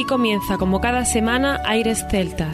Aquí comienza, como cada semana, Aires Celtas.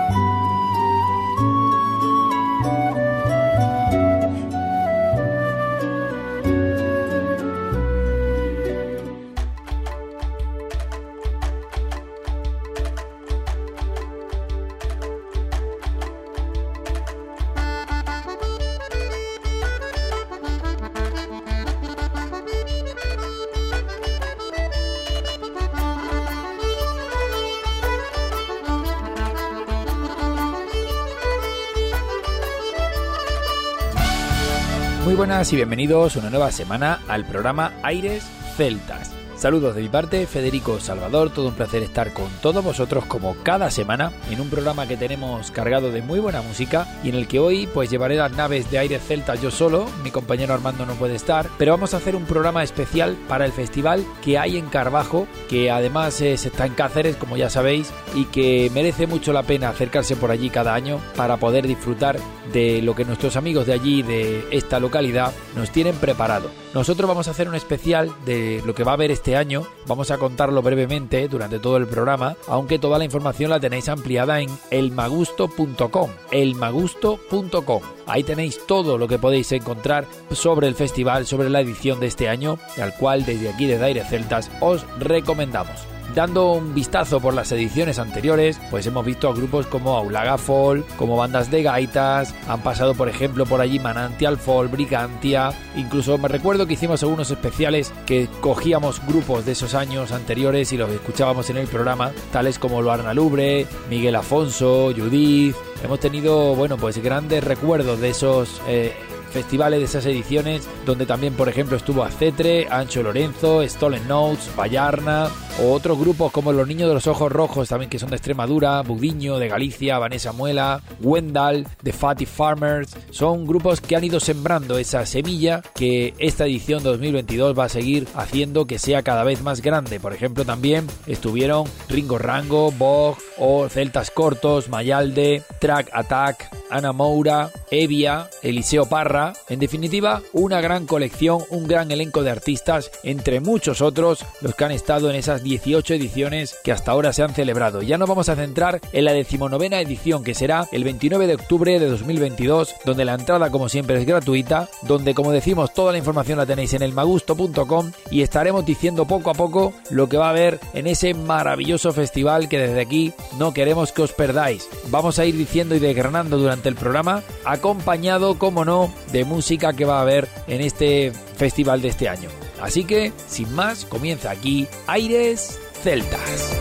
Muy buenas y bienvenidos una nueva semana al programa Aires Celtas. Saludos de mi parte, Federico Salvador, todo un placer estar con todos vosotros como cada semana en un programa que tenemos cargado de muy buena música y en el que hoy pues llevaré las naves de Aires Celtas yo solo, mi compañero Armando no puede estar, pero vamos a hacer un programa especial para el festival que hay en Carbajo, que además está en Cáceres, como ya sabéis, y que merece mucho la pena acercarse por allí cada año para poder disfrutar de lo que nuestros amigos de allí, de esta localidad, nos tienen preparado. Nosotros vamos a hacer un especial de lo que va a haber este año, vamos a contarlo brevemente durante todo el programa, aunque toda la información la tenéis ampliada en elmagusto.com, elmagusto.com. Ahí tenéis todo lo que podéis encontrar sobre el festival, sobre la edición de este año, al cual desde aquí de Aires Celtas os recomendamos. Dando un vistazo por las ediciones anteriores, pues hemos visto a grupos como Aulaga Folk, como bandas de gaitas, han pasado por ejemplo por allí Manantial Folk, Brigantia, incluso me recuerdo que hicimos algunos especiales que cogíamos grupos de esos años anteriores y los escuchábamos en el programa, tales como Luarna Lubre, Miguel Afonso, Judith. Hemos tenido, bueno, pues grandes recuerdos de esos festivales, de esas ediciones, donde también por ejemplo estuvo Acetre, Ancho Lorenzo, Stolen Notes, Vallarna, o otros grupos como Los Niños de los Ojos Rojos, también que son de Extremadura, Budiño de Galicia, Vanessa Muela, Wendell, The Fatty Farmers. Son grupos que han ido sembrando esa semilla que esta edición 2022 va a seguir haciendo que sea cada vez más grande. Por ejemplo, también estuvieron Ringo Rango, Bog o Celtas Cortos, Mayalde, Track Attack, Ana Moura, Evia, Eliseo Parra. En definitiva, una gran colección, un gran elenco de artistas, entre muchos otros, los que han estado en esas 18 ediciones que hasta ahora se han celebrado. Ya nos vamos a centrar en la 19ª edición, que será el 29 de octubre de 2022, donde la entrada como siempre es gratuita, donde como decimos toda la información la tenéis en elmagusto.com y estaremos diciendo poco a poco lo que va a haber en ese maravilloso festival que desde aquí no queremos que os perdáis. Vamos a ir diciendo y desgranando durante el programa, acompañado, como no, de música que va a haber en este festival de este año. Así que, sin más, comienza aquí Aires Celtas.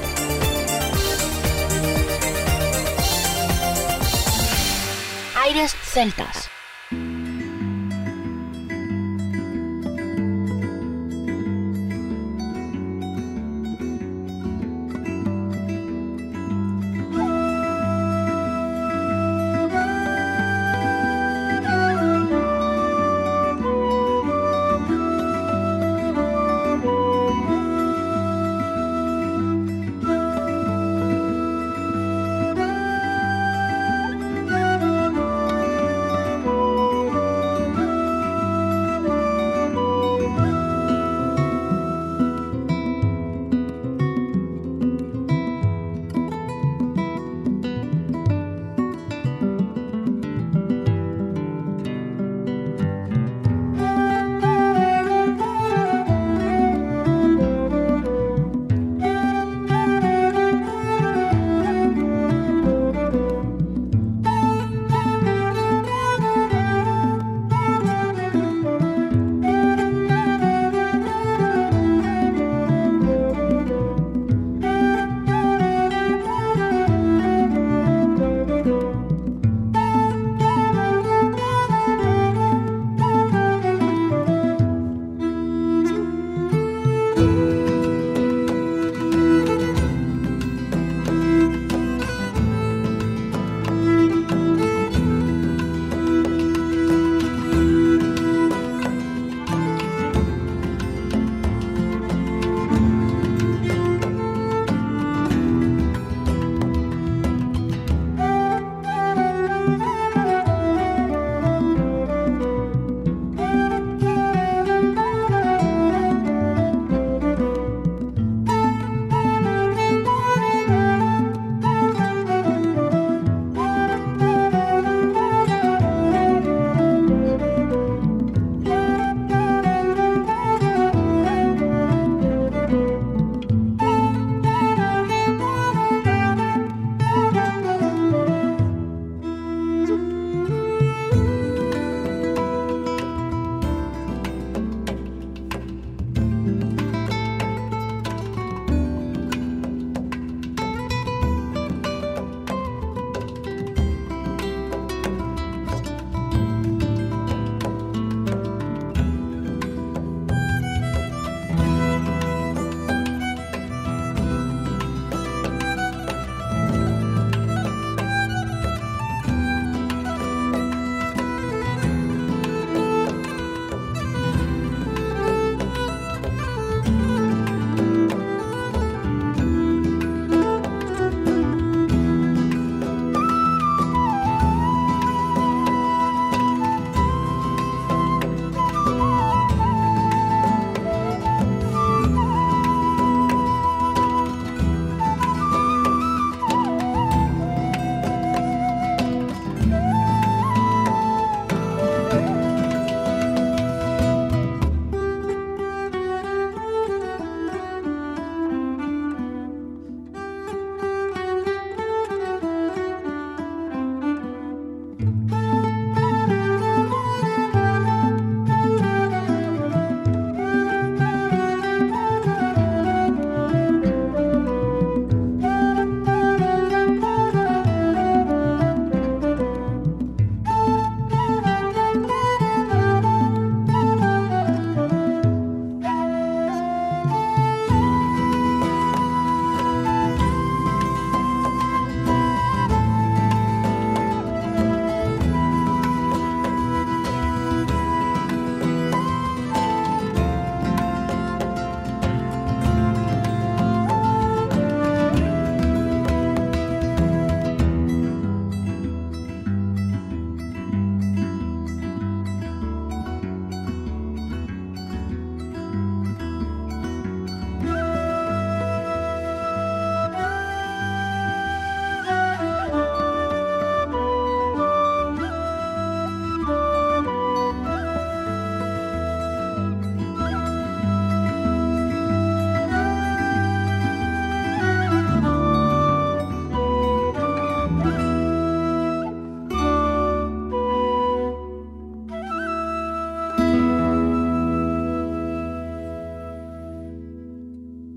Aires Celtas.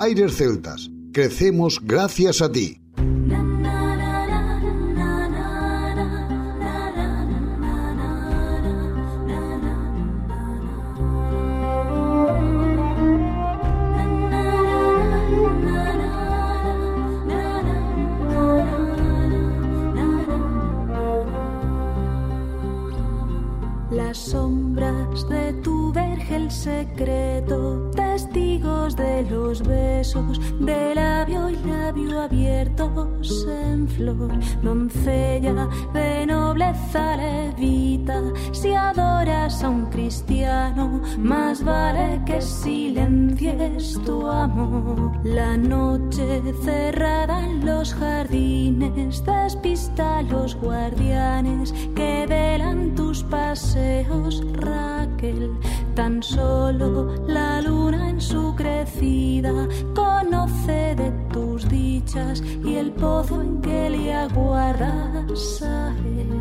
Aires Celtas, crecemos gracias a ti. Las sombras de tu vergel secreto, testigos de los besos de labio y labio abiertos en flor, doncella de nobleza levita, si adoras a un cristiano, más vale que silencies tu amor. La noche cerrada en los jardines despista a los guardianes que velan tus paseos, Raquel. Tan solo la luna en su crecida conoce de tus dichas y el pozo en que le aguardas a él.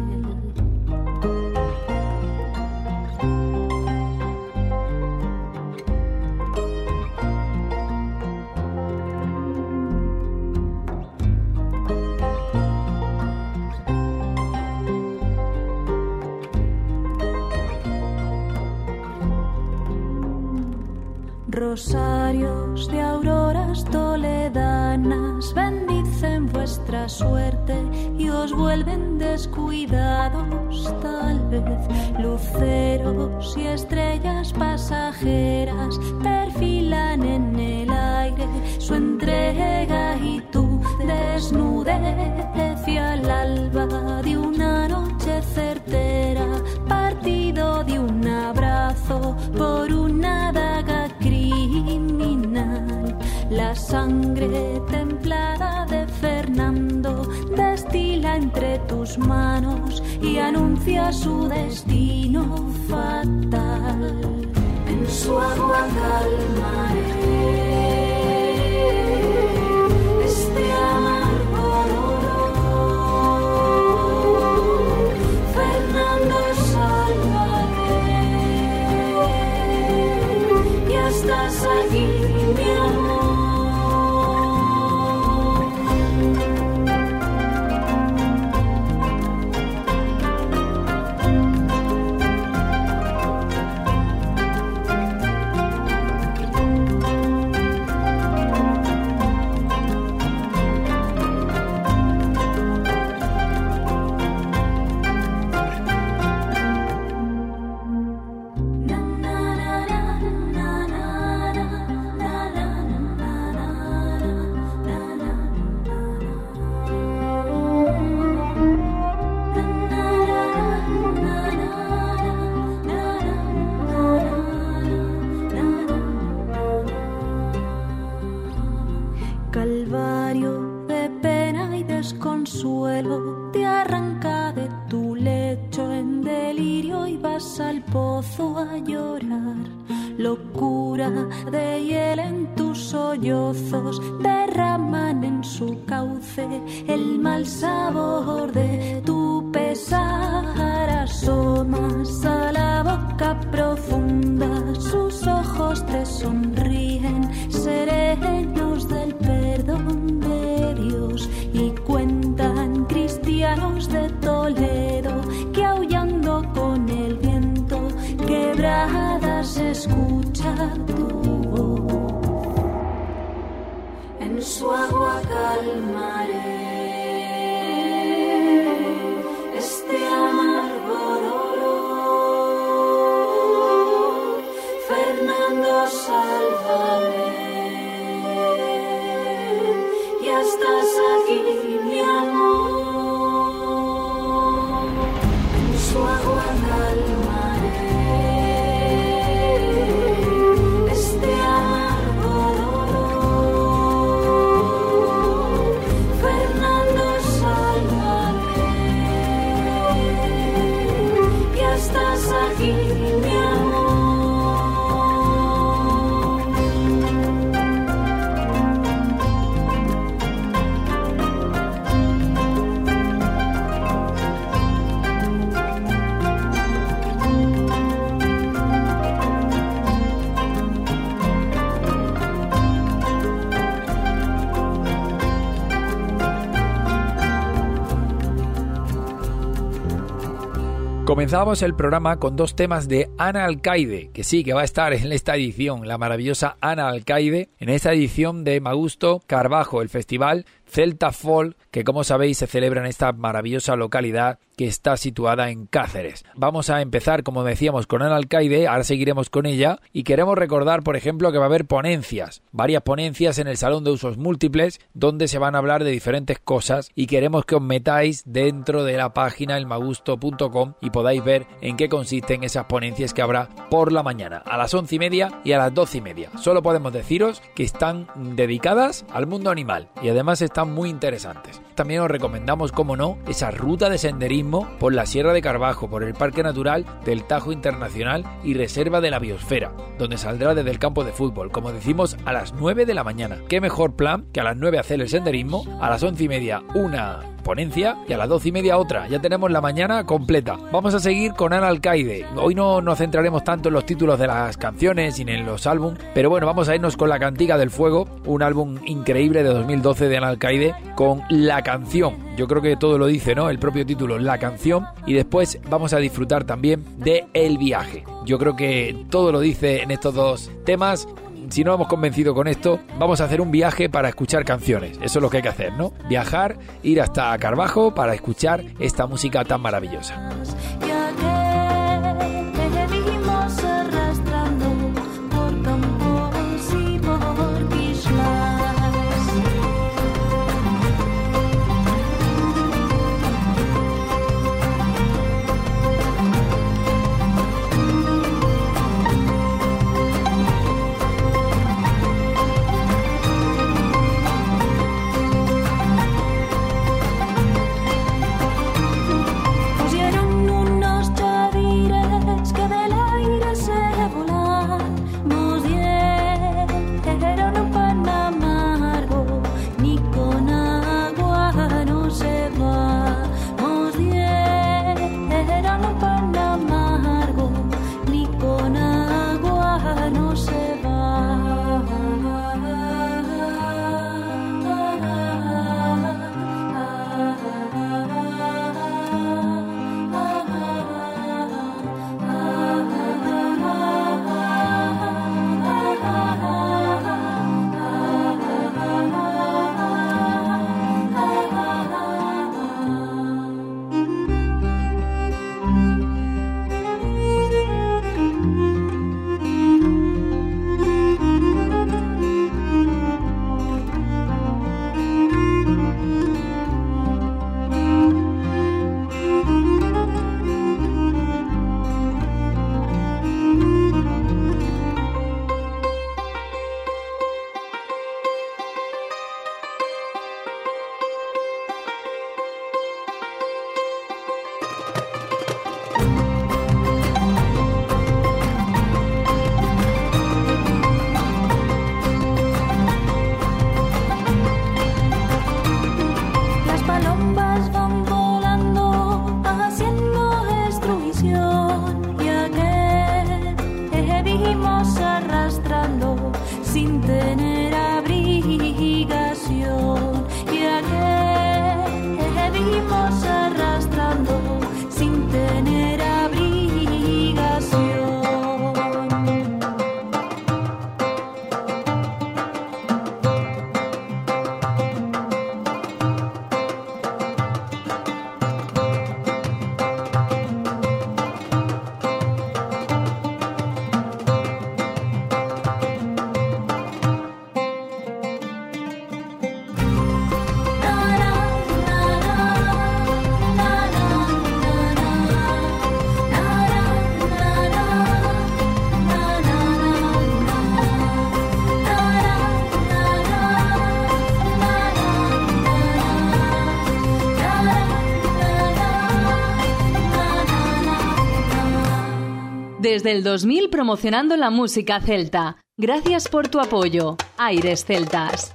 Rosarios de auroras toledanas bendicen vuestra suerte y os vuelven descuidados tal vez. Luceros y estrellas pasajeras perfilan en el aire su entrega y tu desnudez hacia el alba de una noche certera, partido de un abrazo por una daga criminal. La sangre templada de Fernando destila entre tus manos y anuncia su destino fatal. En su agua calmaré este amargo dolor. Fernando, sálvame, ya estás aquí, mi amor. Calvario de pena y desconsuelo te arranca de tu lecho en delirio y vas al pozo a llorar. Locura de hiel en tus sollozos derraman en su cauce el mal sabor de tu pesar. Asomas a la boca profunda, sus ojos te sonríen serenos del perdón de Dios, y cuentan cristianos de Toledo que aullando con el viento quebradas escucha tu voz. En su agua calmaré este amargo dolor. Fernando, sálvame, ya estás aquí, mi amor. En su agua calmaré este amargo dolor. Fernando, Comenzábamos el programa con 2 temas de Ana Alcaide, que sí, que va a estar en esta edición, la maravillosa Ana Alcaide, en esta edición de Magusto Carbajo, el festival Celta Folk, que como sabéis se celebra en esta maravillosa localidad que está situada en Cáceres. Vamos a empezar, como decíamos, con Ana Alcaide, ahora seguiremos con ella, y queremos recordar, por ejemplo, que va a haber ponencias, varias ponencias en el Salón de Usos Múltiples, donde se van a hablar de diferentes cosas, y queremos que os metáis dentro de la página elmagusto.com y podáis ver en qué consisten esas ponencias que habrá por la mañana, a las 11:30 y a las 12:30. Solo podemos deciros que están dedicadas al mundo animal, y además están muy interesantes. También os recomendamos, como no, esa ruta de senderismo por la Sierra de Carbajo, por el Parque Natural del Tajo Internacional y Reserva de la Biosfera, donde saldrá desde el campo de fútbol, como decimos, a las 9 de la mañana. ¿Qué mejor plan que a las 9 hacer el senderismo, a las 11:30 una ponencia y a las 12:30 otra? Ya tenemos la mañana completa. Vamos a seguir con Ana Alcaide. Hoy no nos centraremos tanto en los títulos de las canciones y en los álbumes, pero bueno, vamos a irnos con La Cantiga del Fuego, un álbum increíble de 2012 de Ana Alcaide, con La Canción. Yo creo que todo lo dice, ¿no? El propio título, La Canción, y después vamos a disfrutar también de El Viaje. Yo creo que todo lo dice en estos 2 temas. Si no hemos convencido con esto, vamos a hacer un viaje para escuchar canciones. Eso es lo que hay que hacer, ¿no? Viajar, ir hasta Carbajo para escuchar esta música tan maravillosa. Desde el 2000 promocionando la música celta. Gracias por tu apoyo. Aires Celtas.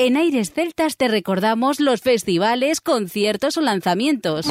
En Aires Celtas te recordamos los festivales, conciertos o lanzamientos.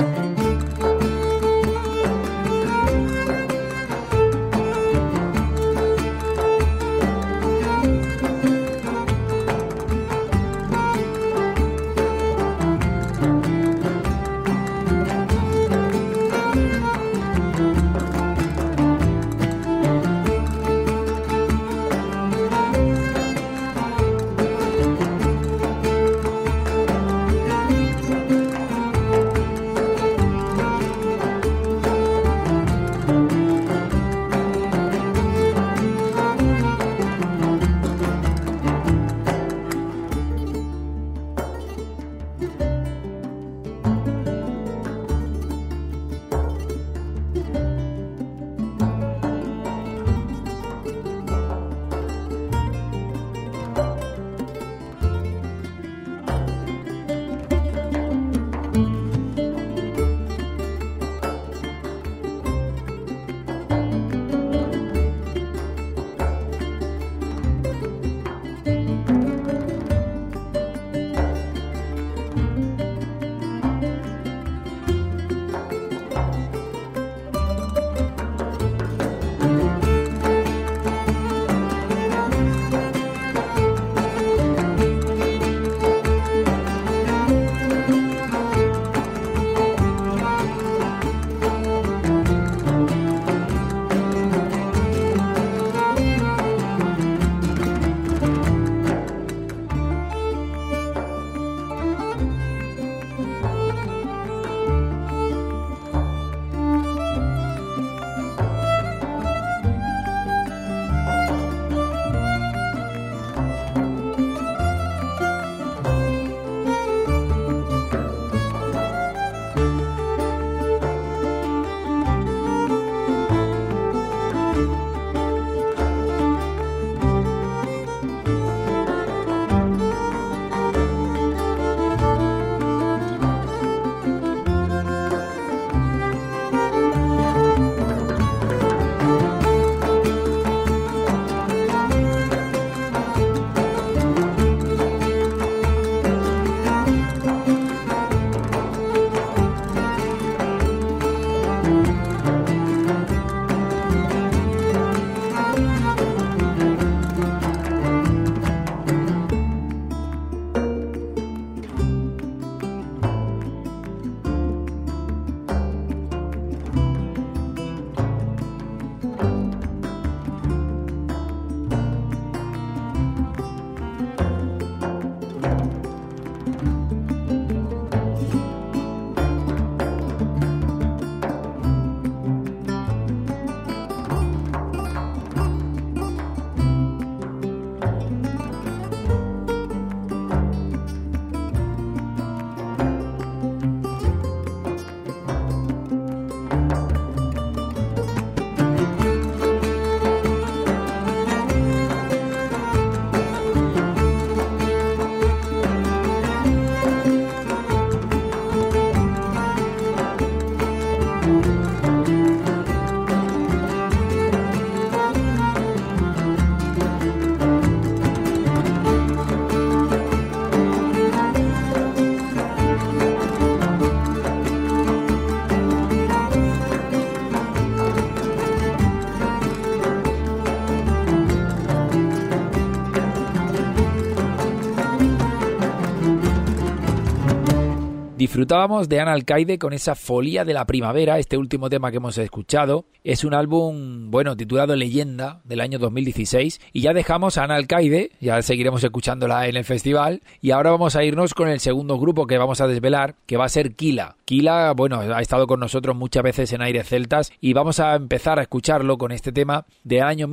Disfrutábamos de Ana Alcaide con esa Folía de la Primavera. Este último tema que hemos escuchado es un álbum, bueno, titulado Leyenda, del año 2016, y ya dejamos a Ana Alcaide, ya seguiremos escuchándola en el festival, y ahora vamos a irnos con el segundo grupo que vamos a desvelar, que va a ser Quila. Quila, bueno, ha estado con nosotros muchas veces en Aires Celtas y vamos a empezar a escucharlo con este tema del año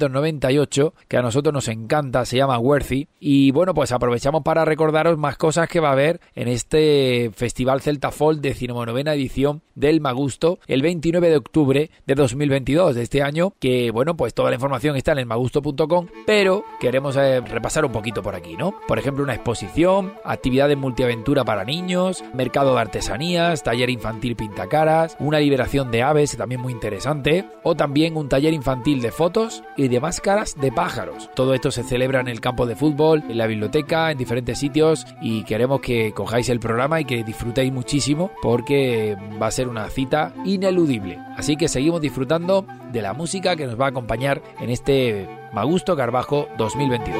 1998, que a nosotros nos encanta, se llama Worthy, y bueno, pues aprovechamos para recordaros más cosas que va a haber en este Festival Celta Folk 19ª edición del Magusto el 29 de octubre de 2022 de este año, que bueno, pues toda la información está en el magusto.com, pero queremos repasar un poquito por aquí, ¿no? Por ejemplo, una exposición, actividades multiaventura para niños, mercado de artesanías, taller infantil pintacaras, una liberación de aves, también muy interesante, o también un taller infantil de fotos y de máscaras de pájaros. Todo esto se celebra en el campo de fútbol, en la biblioteca, en diferentes sitios, y queremos que cojáis el programa y que disfrutéis muchísimo, porque va a ser una cita ineludible. Así que seguimos disfrutando de la música que nos va a acompañar en este Magusto Carbajo 2022.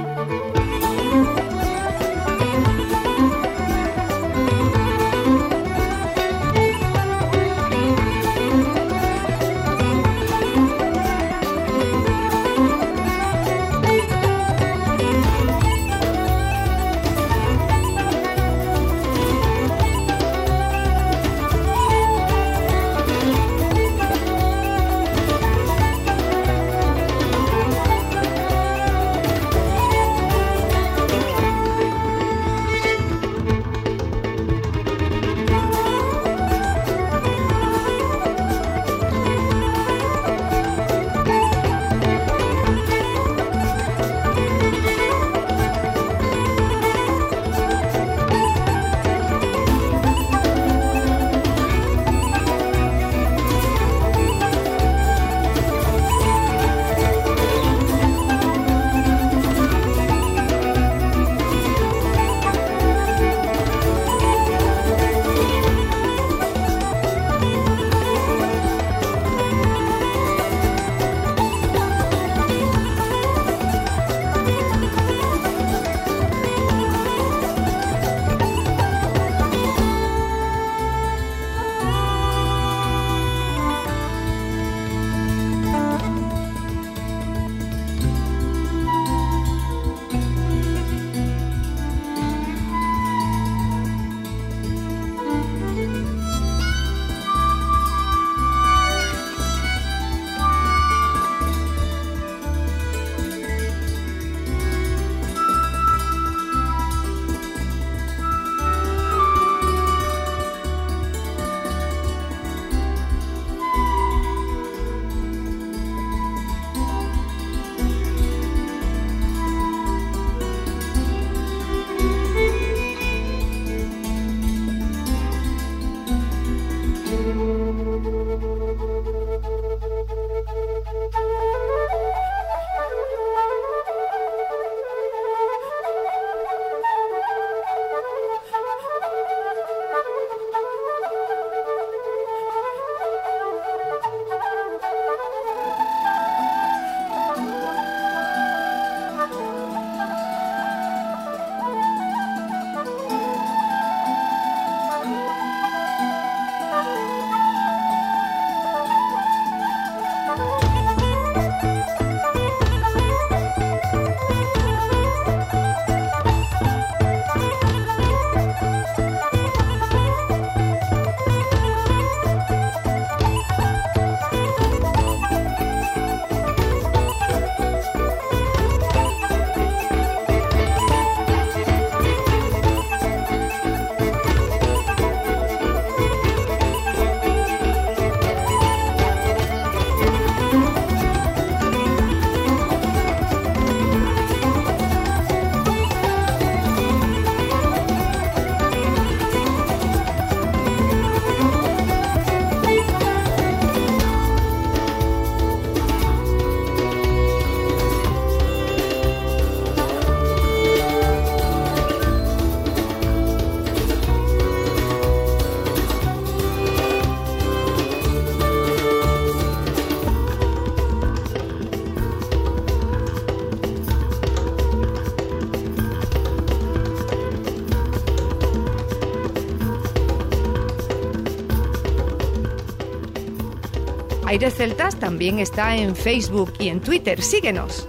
Aires Celtas también está en Facebook y en Twitter. Síguenos.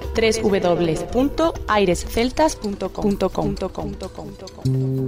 www.airesceltas.com.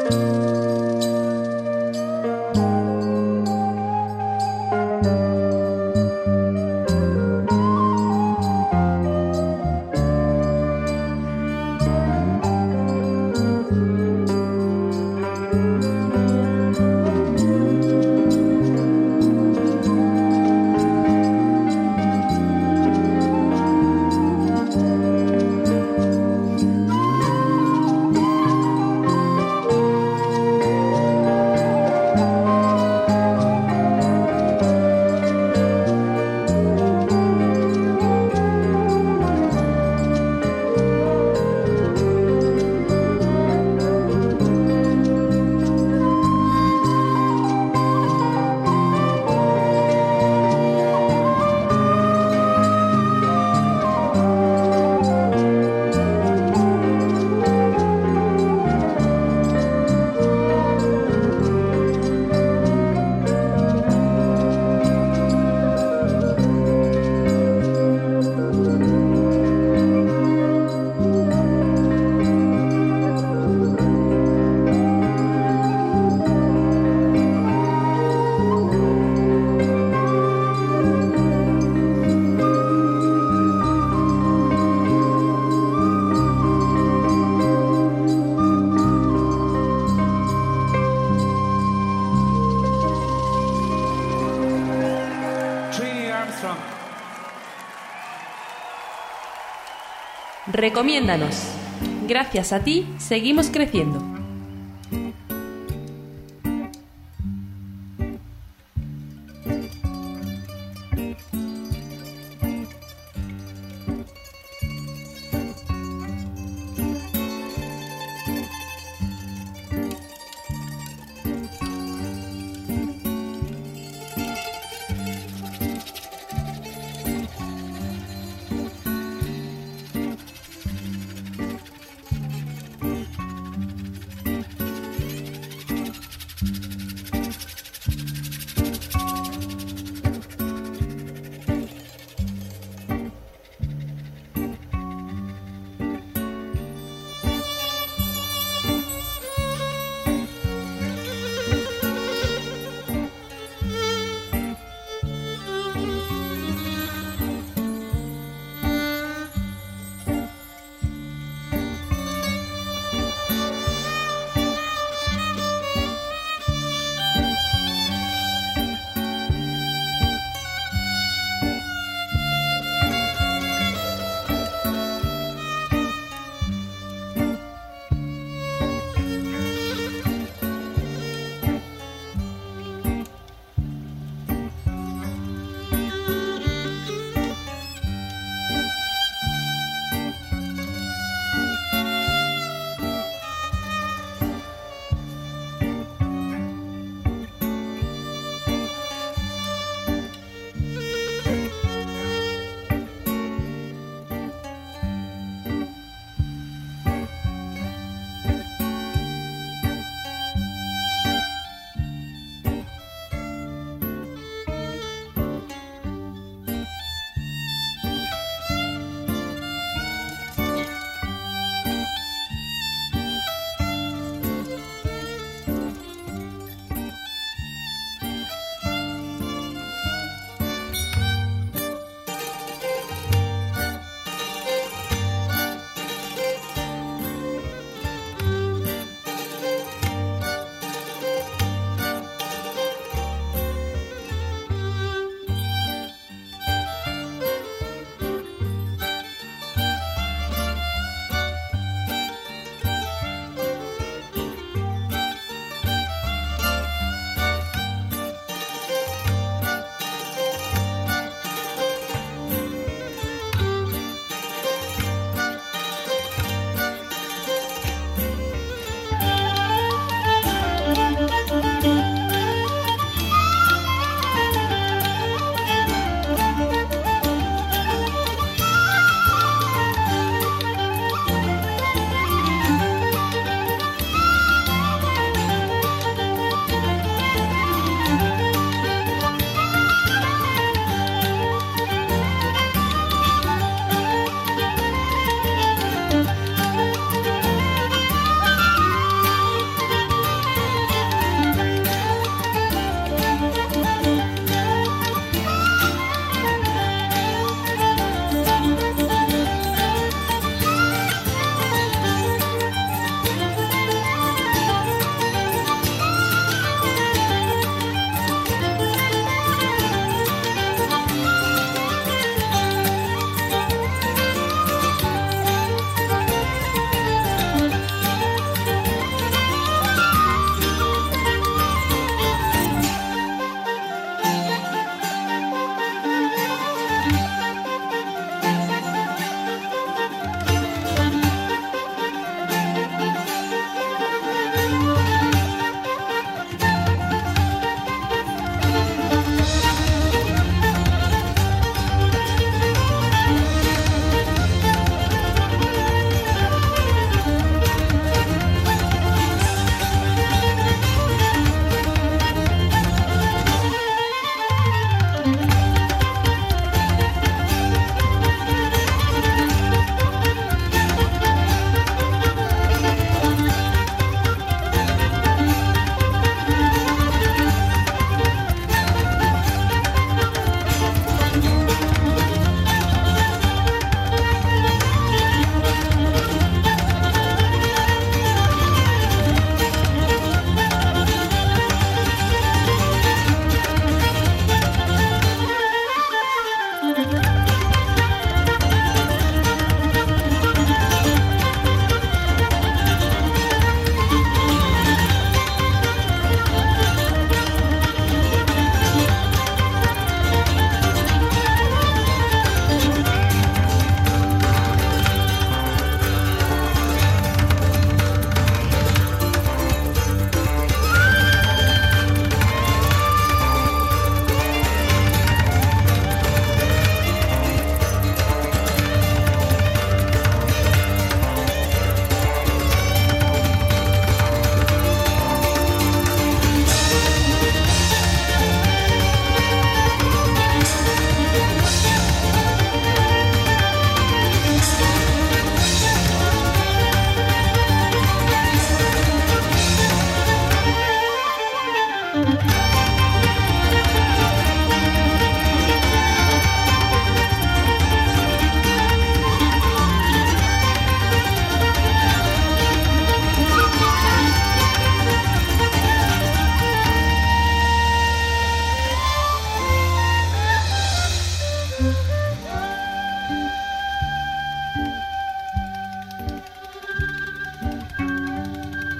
Recomiéndanos. Gracias a ti, seguimos creciendo.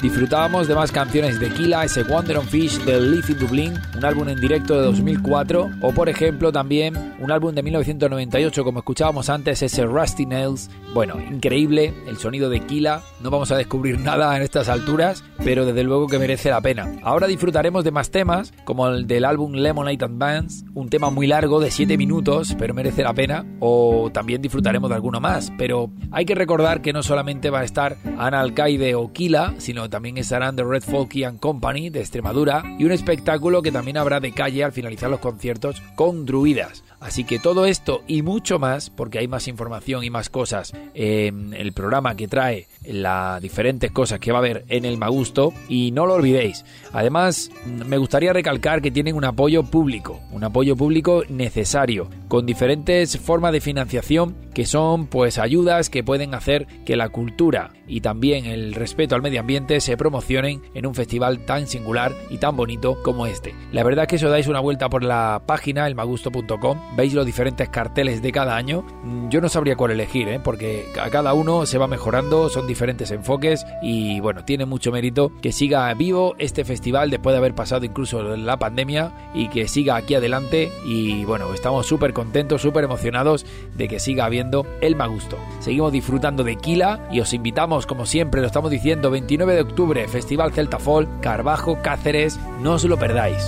disfrutábamos de más canciones de Killa, ese Wonder on Fish del Live in Dublin, un álbum en directo de 2004, o por ejemplo también un álbum de 1998, como escuchábamos antes, ese Rusty Nails. Bueno, increíble el sonido de Killa, no vamos a descubrir nada en estas alturas, pero desde luego que merece la pena. Ahora disfrutaremos de más temas, como el del álbum Lemonade and Bands, un tema muy largo de 7 minutos, pero merece la pena, o también disfrutaremos de alguno más, pero hay que recordar que no solamente va a estar Ana Alcaide o Killa, sino también estarán The Red Folky and Company de Extremadura y un espectáculo que también habrá de calle al finalizar los conciertos con druidas. Así que todo esto y mucho más, porque hay más información y más cosas en el programa que trae las diferentes cosas que va a haber en el Magusto, y no lo olvidéis. Además, me gustaría recalcar que tienen un apoyo público necesario, con diferentes formas de financiación que son pues ayudas que pueden hacer que la cultura y también el respeto al medio ambiente se promocionen en un festival tan singular y tan bonito como este. La verdad es que si os dais una vuelta por la página elmagusto.com, veis los diferentes carteles de cada año. Yo no sabría cuál elegir, porque a cada uno se va mejorando, son diferentes enfoques y bueno, tiene mucho mérito que siga vivo este festival después de haber pasado incluso la pandemia y que siga aquí adelante. Y bueno, estamos súper contentos, súper emocionados de que siga habiendo el Magusto. Seguimos disfrutando de Killa y os invitamos, como siempre lo estamos diciendo, 29 de octubre, Festival Celta Folk, Carbajo, Cáceres, no os lo perdáis.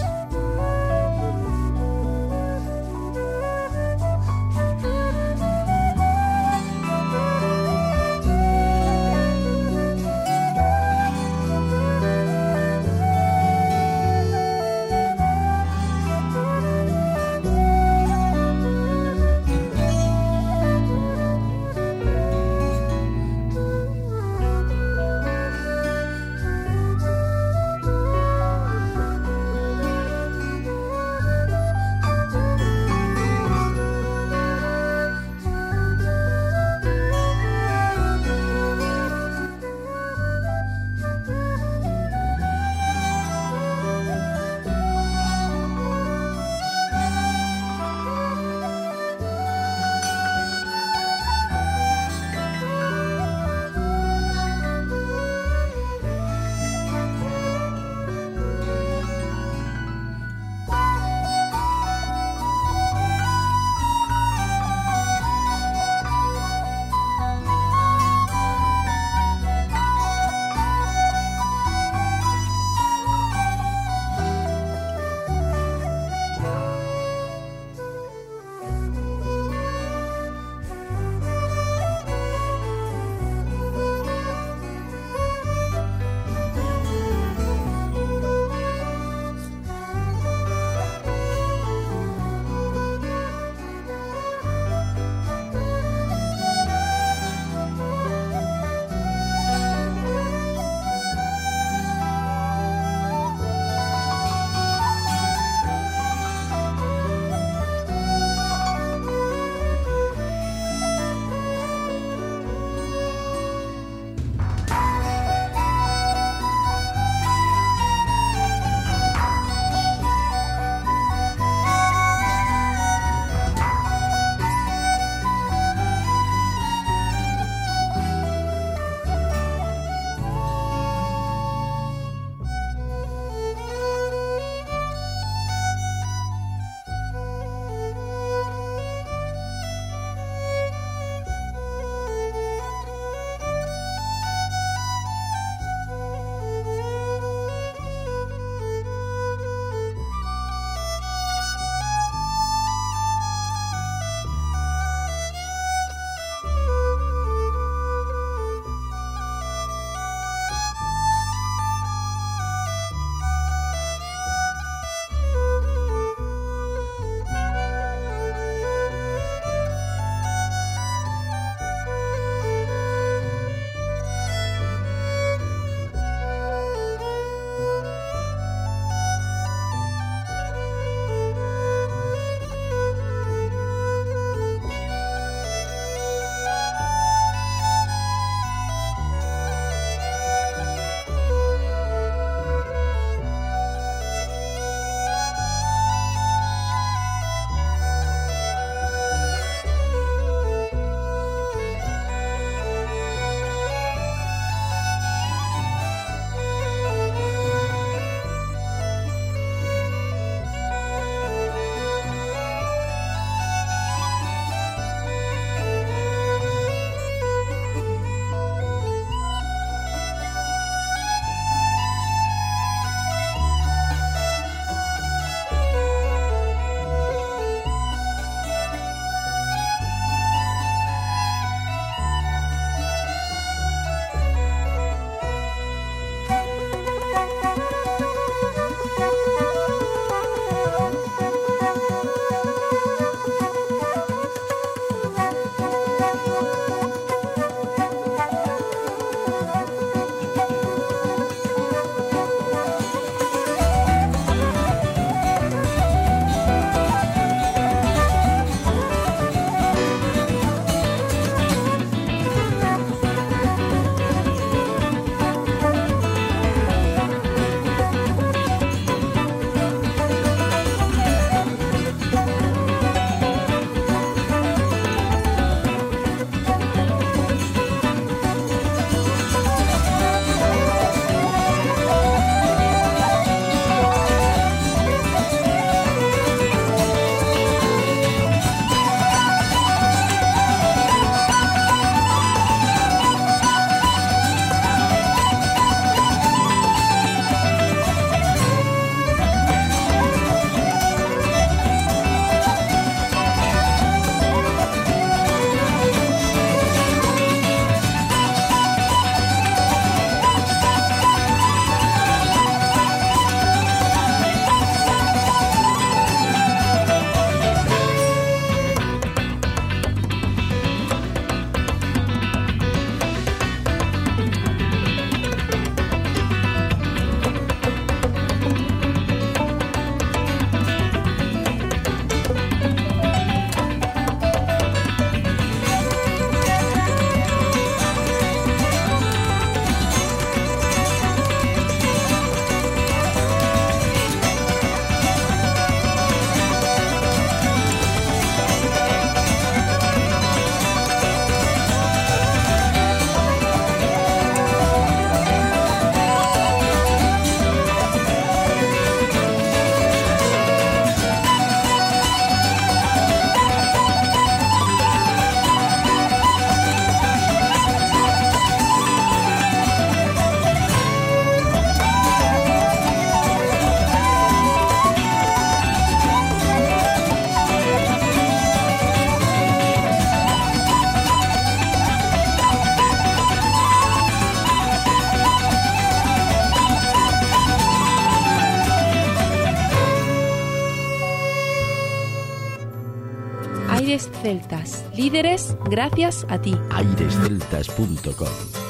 Aires Celtas, líderes gracias a ti. airesceltas.com.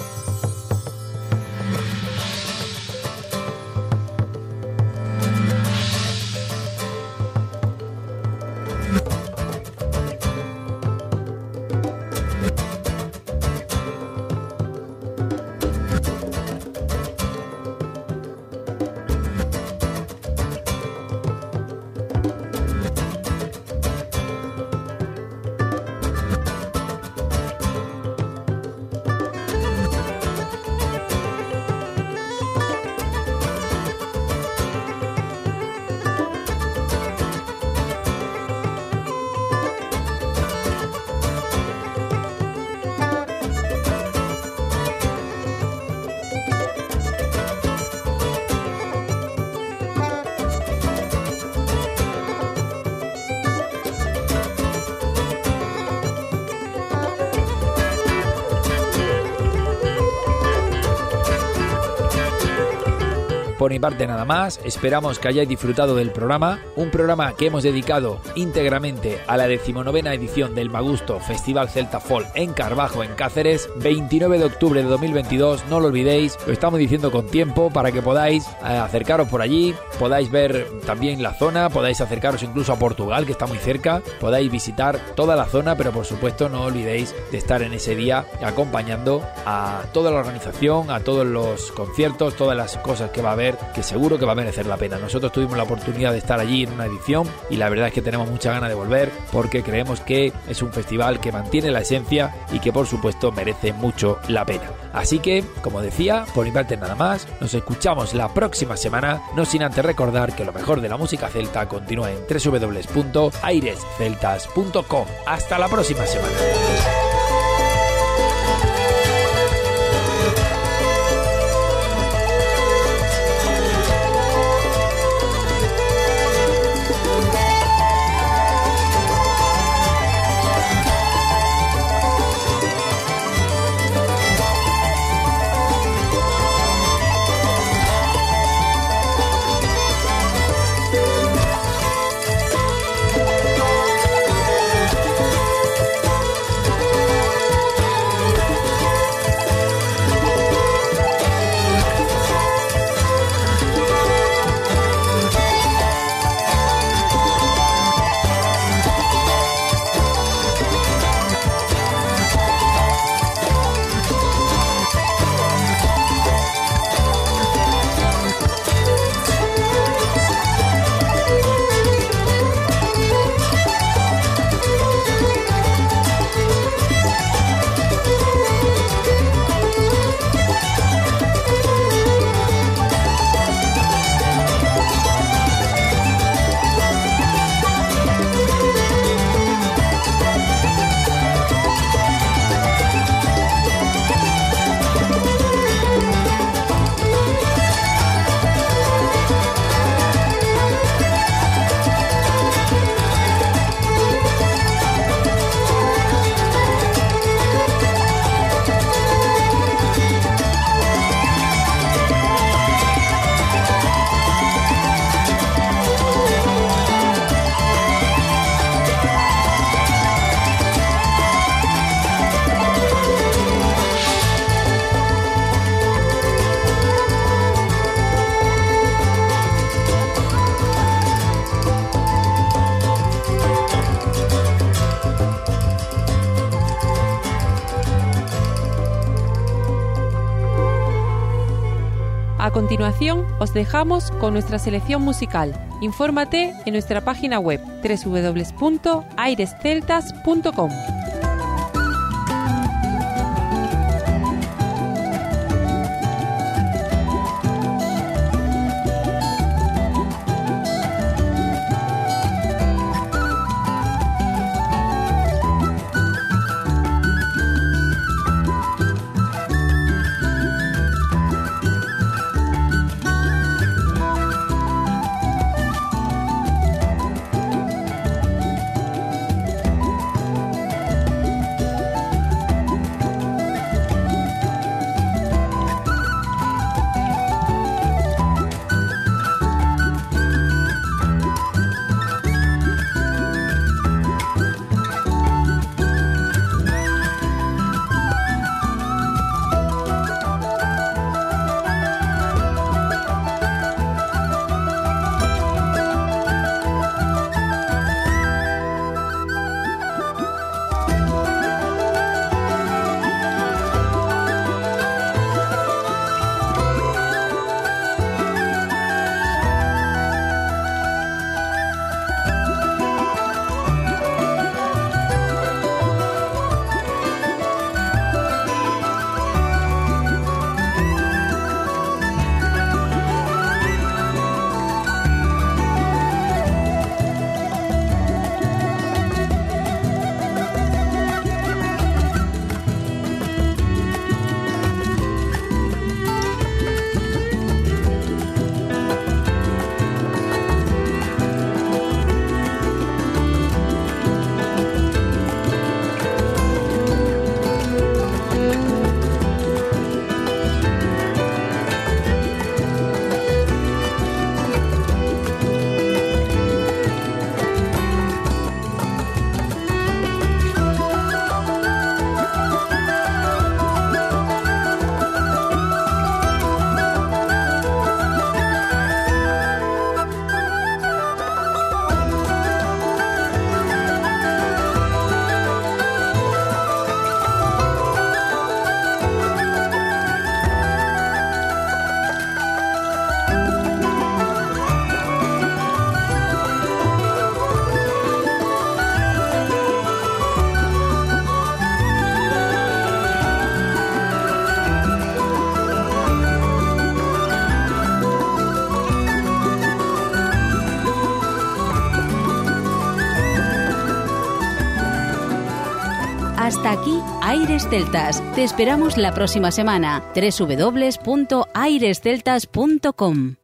Por mi parte nada más, esperamos que hayáis disfrutado del programa, un programa que hemos dedicado íntegramente a la 19ª edición del Magusto Festival Celta Folk en Carbajo, en Cáceres, 29 de octubre de 2022, no lo olvidéis, lo estamos diciendo con tiempo para que podáis acercaros por allí, podáis ver también la zona, podáis acercaros incluso a Portugal, que está muy cerca, podáis visitar toda la zona, pero por supuesto no olvidéis de estar en ese día acompañando a toda la organización, a todos los conciertos, todas las cosas que va a haber, que seguro que va a merecer la pena. Nosotros tuvimos la oportunidad de estar allí en una edición y la verdad es que tenemos mucha ganas de volver porque creemos que es un festival que mantiene la esencia y que por supuesto merece mucho la pena. Así que, como decía, por mi parte nada más, nos escuchamos la próxima semana, no sin antes recordar que lo mejor de la música celta continúa en www.airesceltas.com. Hasta la próxima semana. A continuación, os dejamos con nuestra selección musical. Infórmate en nuestra página web www.airesceltas.com. Hasta aquí Aires Celtas. Te esperamos la próxima semana. www.airesceltas.com